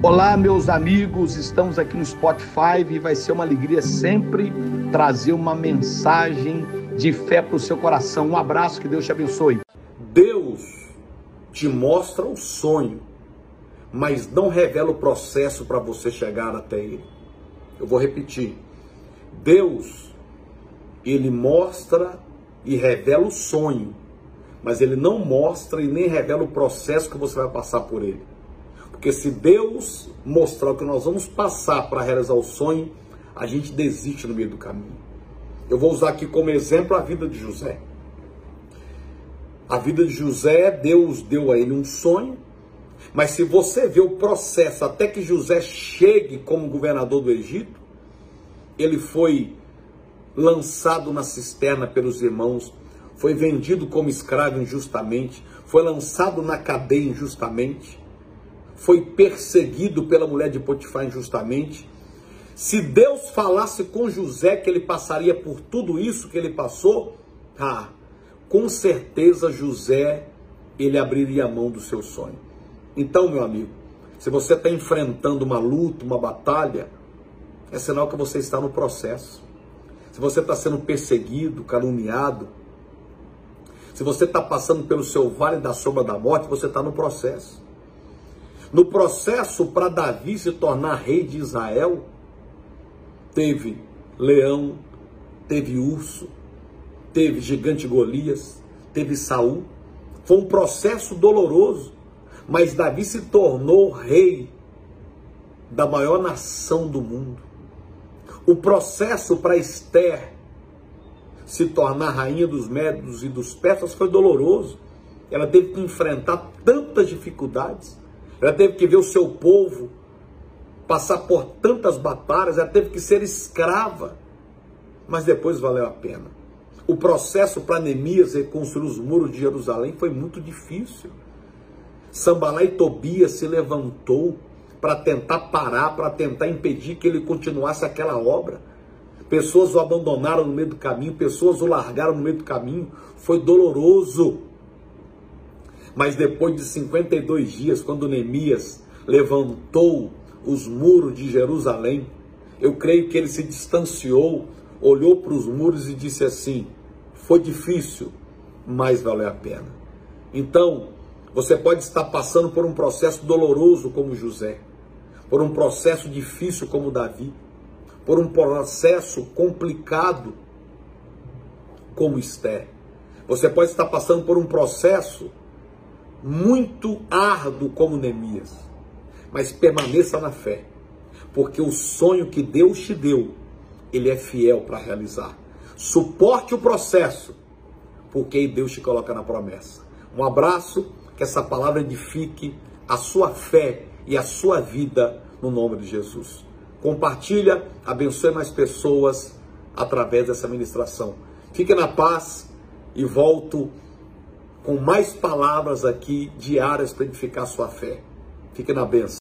Olá, meus amigos, estamos aqui no Spotify e vai ser uma alegria sempre trazer uma mensagem de fé para o seu coração. Um abraço, que Deus te abençoe. Deus te mostra o sonho, mas não revela o processo para você chegar até ele. Eu vou repetir. Deus, ele mostra e revela o sonho, mas ele não mostra e nem revela o processo que você vai passar por ele. Porque se Deus mostrar o que nós vamos passar para realizar o sonho, a gente desiste no meio do caminho. Eu vou usar aqui como exemplo a vida de José. A vida de José, Deus deu a ele um sonho, mas se você vê o processo até que José chegue como governador do Egito, ele foi lançado na cisterna pelos irmãos, foi vendido como escravo injustamente, foi lançado na cadeia injustamente, foi perseguido pela mulher de Potifar injustamente. Se Deus falasse com José que ele passaria por tudo isso que ele passou, com certeza José, ele abriria a mão do seu sonho. Então, meu amigo, se você está enfrentando uma luta, uma batalha, é sinal que você está no processo. Se você está sendo perseguido, caluniado, se você está passando pelo seu vale da sombra da morte, você está no processo. No processo para Davi se tornar rei de Israel, teve leão, teve urso, teve gigante Golias, teve Saul. Foi um processo doloroso, mas Davi se tornou rei da maior nação do mundo. O processo para Esther se tornar rainha dos Médios e dos Persas foi doloroso. Ela teve que enfrentar tantas dificuldades. Ela teve que ver o seu povo passar por tantas batalhas. Ela teve que ser escrava. Mas depois valeu a pena. O processo para Neemias reconstruir os muros de Jerusalém foi muito difícil. Sanbalá e Tobias se levantou para tentar parar, para tentar impedir que ele continuasse aquela obra. Pessoas o abandonaram no meio do caminho, pessoas o largaram no meio do caminho. Foi doloroso. Mas depois de 52 dias, quando Neemias levantou os muros de Jerusalém, eu creio que ele se distanciou, olhou para os muros e disse assim: foi difícil, mas valeu a pena. Então, você pode estar passando por um processo doloroso como José, por um processo difícil como Davi, por um processo complicado como Esther. Você pode estar passando por um processo muito árduo como Neemias, mas permaneça na fé, porque o sonho que Deus te deu, ele é fiel para realizar. Suporte o processo, porque Deus te coloca na promessa. Um abraço, que essa palavra edifique a sua fé e a sua vida no nome de Jesus. Compartilha, abençoe mais pessoas através dessa ministração. Fique na paz e volto com mais palavras aqui diárias para edificar a sua fé. Fique na bênção.